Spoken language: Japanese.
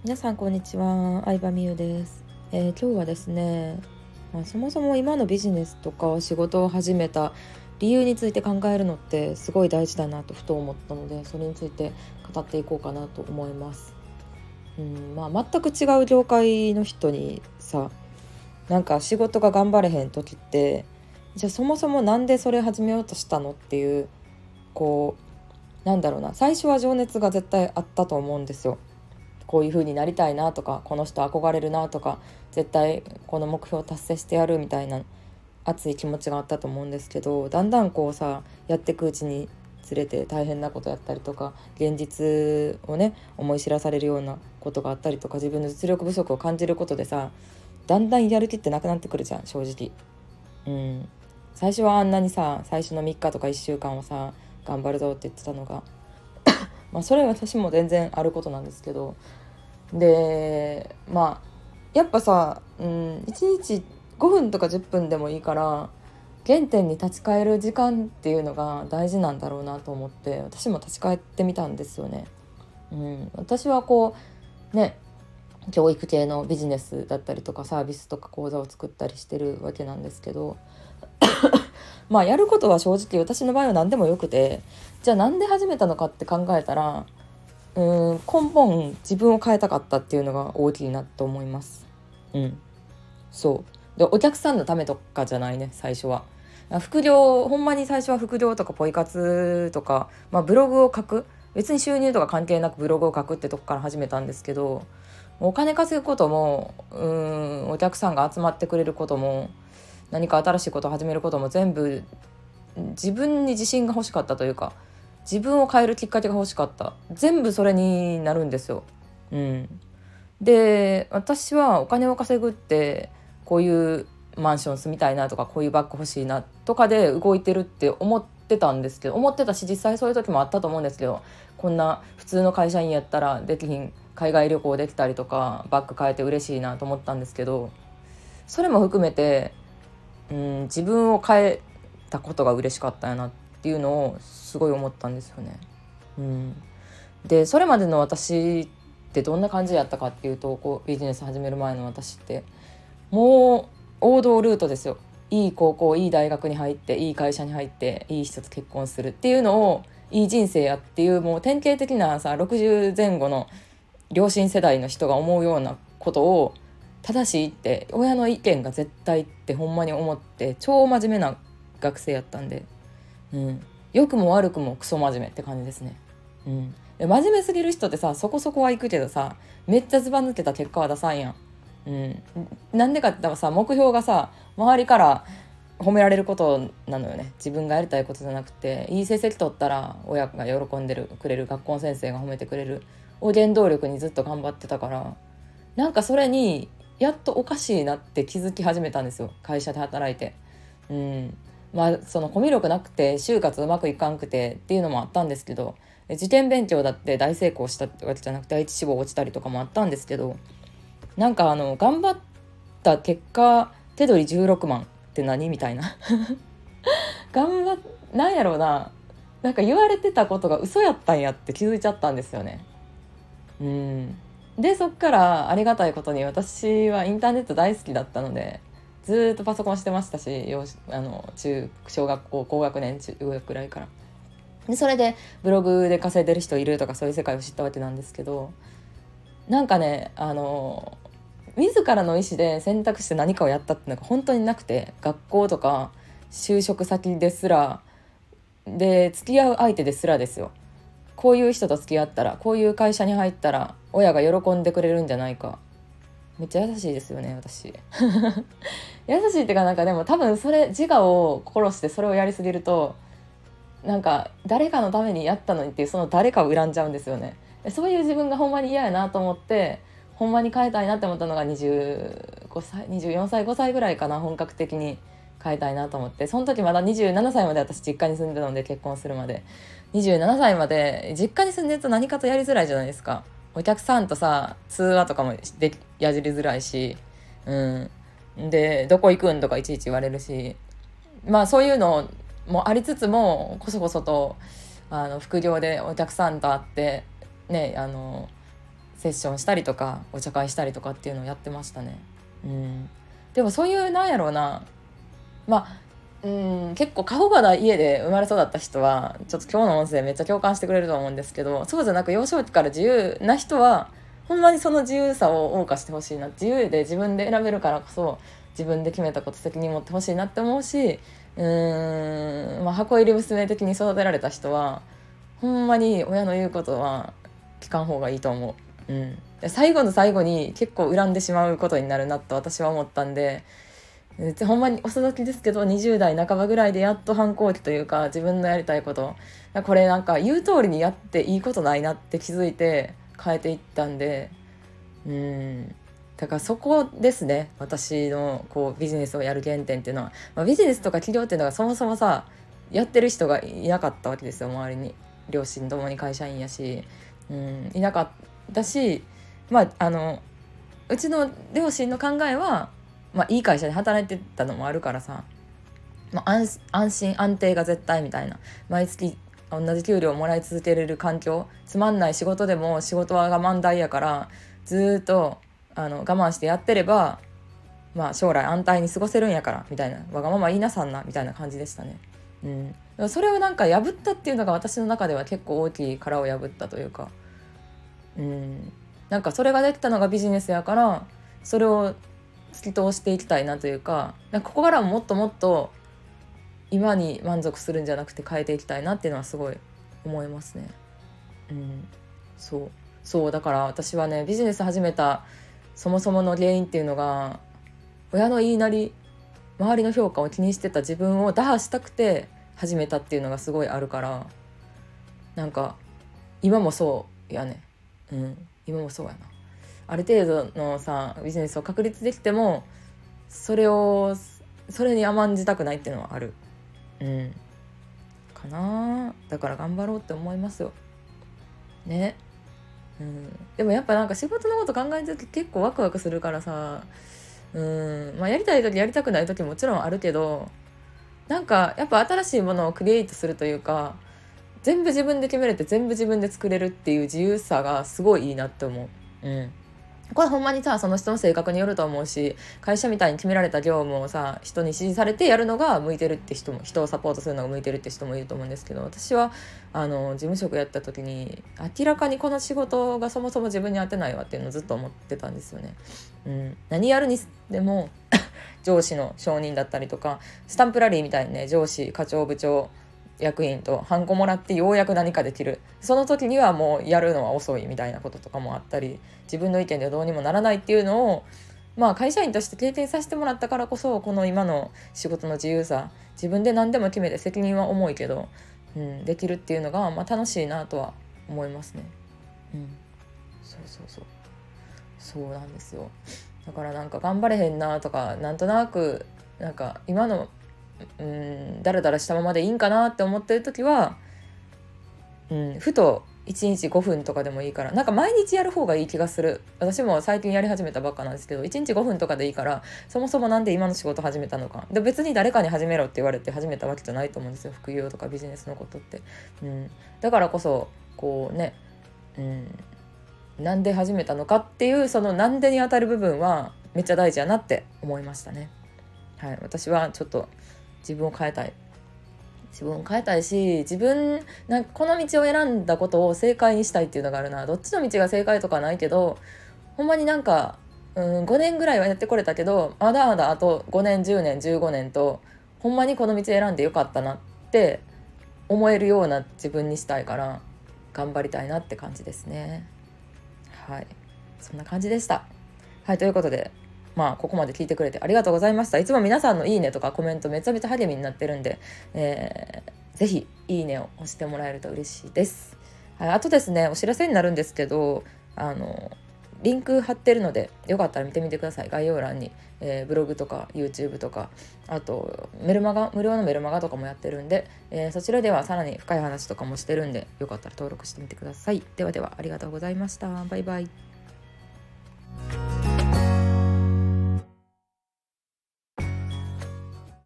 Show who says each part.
Speaker 1: 皆さんこんにちは、相葉美優です。今日はですね、そもそも今のビジネスとか仕事を始めた理由について考えるのってすごい大事だなとふと思ったので、それについて語っていこうかなと思います。全く違う業界の人にさ、なんか仕事が頑張れへん時って、じゃあそもそもなんでそれ始めようとしたのっていう、こなんだろうな、最初は情熱が絶対あったと思うんですよ。こういう風になりたいなとか、この人憧れるなとか、絶対この目標を達成してやるみたいな熱い気持ちがあったと思うんですけど、だんだんこうさ、やっていくうちにつれて大変なことやったりとか、現実をね思い知らされるようなことがあったりとか、自分の実力不足を感じることでさ、だんだんやる気ってなくなってくるじゃん、正直。最初はあんなにさ、最初の3日とか1週間はさ頑張るぞって言ってたのが、それは私も全然あることなんですけど、でやっぱさ、1日5分とか10分でもいいから原点に立ち返る時間っていうのが大事なんだろうなと思って、私も立ち返ってみたんですよね。私はこうね、教育系のビジネスだったりとかサービスとか講座を作ったりしてるわけなんですけど、やることは正直私の場合は何でもよくて、じゃあなんで始めたのかって考えたら、根本自分を変えたかったっていうのが大きいなと思います。そうで、お客さんのためとかじゃないね、最初は。副業、ほんまに最初は副業とかポイ活とか、ブログを書く、別に収入とか関係なくブログを書くってとこから始めたんですけど、お金稼ぐこともお客さんが集まってくれることも、何か新しいことを始めることも、全部自分に自信が欲しかったというか、自分を変えるきっかけが欲しかった。全部それになるんですよ。で、私はお金を稼ぐって、こういうマンション住みたいなとか、こういうバッグ欲しいなとかで動いてるって思ってたんですけど、思ってたし、実際そういう時もあったと思うんですけど、こんな普通の会社員やったらできひん、海外旅行できたりとか、バッグ買えて嬉しいなと思ったんですけど、それも含めて、自分を変えたことが嬉しかったよなっていうのをすごい思ったんですよね。で、それまでの私ってどんな感じやったかっていうと、こうビジネス始める前の私ってもう王道ルートですよ。いい高校、いい大学に入って、いい会社に入って、いい人と結婚するっていうのをいい人生やっていう、もう典型的なさ、60前後の両親世代の人が思うようなことを正しいって、親の意見が絶対ってほんまに思って、超真面目な学生やったんで、良くも悪くもクソ真面目って感じですね。で、真面目すぎる人ってさ、そこそこは行くけどさ、めっちゃずば抜けた結果は出さんやん。なんでかって言ったらさ、目標がさ、周りから褒められることなのよね。自分がやりたいことじゃなくて、いい成績取ったら親が喜んでくれる、学校の先生が褒めてくれるを原動力にずっと頑張ってたから、なんかそれにやっとおかしいなって気づき始めたんですよ、会社で働いて。そのコミュ力なくて就活うまくいかんくてっていうのもあったんですけど、受験勉強だって大成功したってわけじゃなくて、第一志望落ちたりとかもあったんですけど、なんか頑張った結果手取り16万って何みたいな。頑張っなんやろうな、なんか言われてたことが嘘やったんやって気づいちゃったんですよね。で、そっからありがたいことに私はインターネット大好きだったので、ずっとパソコンしてましたし、小学校高学年中学くらいから。で、それでブログで稼いでる人いるとか、そういう世界を知ったわけなんですけど、なんかね、自らの意思で選択して何かをやったっていうのが本当になくて、学校とか就職先ですら、で付き合う相手ですらですよ。こういう人と付き合ったら、こういう会社に入ったら親が喜んでくれるんじゃないか。めっちゃ優しいですよね、私。優しいっていうか、なんかでも多分それ、自我を殺してそれをやりすぎると、なんか誰かのためにやったのにっていう、その誰かを恨んじゃうんですよね。そういう自分がほんまに嫌やなと思って、ほんまに変えたいなって思ったのが25歳24歳5歳ぐらいかな、本格的に変えたいなと思って。その時まだ27歳まで私実家に住んでたので、結婚するまで27歳まで実家に住んでると何かとやりづらいじゃないですか。お客さんとさ、通話とかもやじりづらいし、でどこ行くんとかいちいち言われるし、そういうのもありつつも、こそこそと副業でお客さんと会ってね、 セッションしたりとかお茶会したりとかっていうのをやってましたね。でもそういうなんやろうな、結構過保護な家で生まれ育った人はちょっと今日の音声めっちゃ共感してくれると思うんですけど、そうじゃなく幼少期から自由な人はほんまにその自由さを謳歌してほしいな。自由で自分で選べるからこそ自分で決めたこと責任持ってほしいなって思うし、箱入り娘的に育てられた人はほんまに親の言うことは聞かん方がいいと思う。で最後の最後に結構恨んでしまうことになるなと私は思ったんで、ほんまに遅時ですけど20代半ばぐらいでやっと反抗期というか自分のやりたいこと、これなんか言う通りにやっていいことないなって気づいて変えていったんで、だからそこですね、私のこうビジネスをやる原点っていうのは、ビジネスとか企業っていうのがそもそもさやってる人がいなかったわけですよ。周りに両親ともに会社員やし、いなかったし、うちの両親の考えは、いい会社で働いてたのもあるからさ、安心安定が絶対みたいな、毎月同じ給料をもらい続けれる環境、つまんない仕事でも仕事は我慢大やからずっと我慢してやってれば、将来安泰に過ごせるんやからみたいな、わがまま言いなさんなみたいな感じでしたね。それをなんか破ったっていうのが私の中では結構大きい殻を破ったというか、なんかそれができたのがビジネスやから、それを突き通していきたいなというか、ここからももっともっと今に満足するんじゃなくて変えていきたいなっていうのはすごい思いますね。そうだから私はね、ビジネス始めたそもそもの原因っていうのが、親の言いなり、周りの評価を気にしてた自分を打破したくて始めたっていうのがすごいあるから、なんか今もそうやね。今もそうやな。ある程度のさビジネスを確立できてもそれに甘んじたくないっていうのはある。かな。だから頑張ろうって思いますよね。でもやっぱなんか仕事のこと考えてると結構ワクワクするからさ、やりたい時やりたくない時もちろんあるけど、なんかやっぱ新しいものをクリエイトするというか、全部自分で決めれて全部自分で作れるっていう自由さがすごいいいなって思う。これほんまにさその人の性格によると思うし、会社みたいに決められた業務をさ人に指示されてやるのが向いてるって人も、人をサポートするのが向いてるって人もいると思うんですけど、私は事務職やった時に明らかにこの仕事がそもそも自分に合ってないわっていうのをずっと思ってたんですよね。何やるにでも上司の承認だったりとか、スタンプラリーみたいにね、上司課長部長役員とハンコもらってようやく何かできる、その時にはもうやるのは遅いみたいなこととかもあったり、自分の意見ではどうにもならないっていうのを会社員として経験させてもらったからこそ、この今の仕事の自由さ、自分で何でも決めて責任は重いけど、できるっていうのが楽しいなとは思いますね。そうなんですよ。だからなんか頑張れへんなとか、なんとなくなんか今のだらだらしたままでいいんかなって思ってる時は、ふと1日5分とかでもいいから、なんか毎日やる方がいい気がする。私も最近やり始めたばっかなんですけど、1日5分とかでいいから、そもそもなんで今の仕事始めたのかで、別に誰かに始めろって言われて始めたわけじゃないと思うんですよ、副業とかビジネスのことって。だからこそこうね、なんで始めたのかっていうそのなんでに当たる部分はめっちゃ大事やなって思いましたね。私はちょっと自分を変えたいし、なんかこの道を選んだことを正解にしたいっていうのがあるな。どっちの道が正解とかないけど、ほんまになんか5年ぐらいはやってこれたけど、まだまだあと5年10年15年とほんまにこの道選んでよかったなって思えるような自分にしたいから、頑張りたいなって感じですね。そんな感じでした。ということでここまで聞いてくれてありがとうございました。いつも皆さんのいいねとかコメントめちゃめちゃ励みになってるんで、ぜひいいねを押してもらえると嬉しいです。あとですね、お知らせになるんですけど、リンク貼ってるのでよかったら見てみてください。概要欄に、ブログとか YouTube とか、あと無料のメルマガとかもやってるんで、そちらではさらに深い話とかもしてるんで、よかったら登録してみてください。ではではありがとうございました。バイバイ。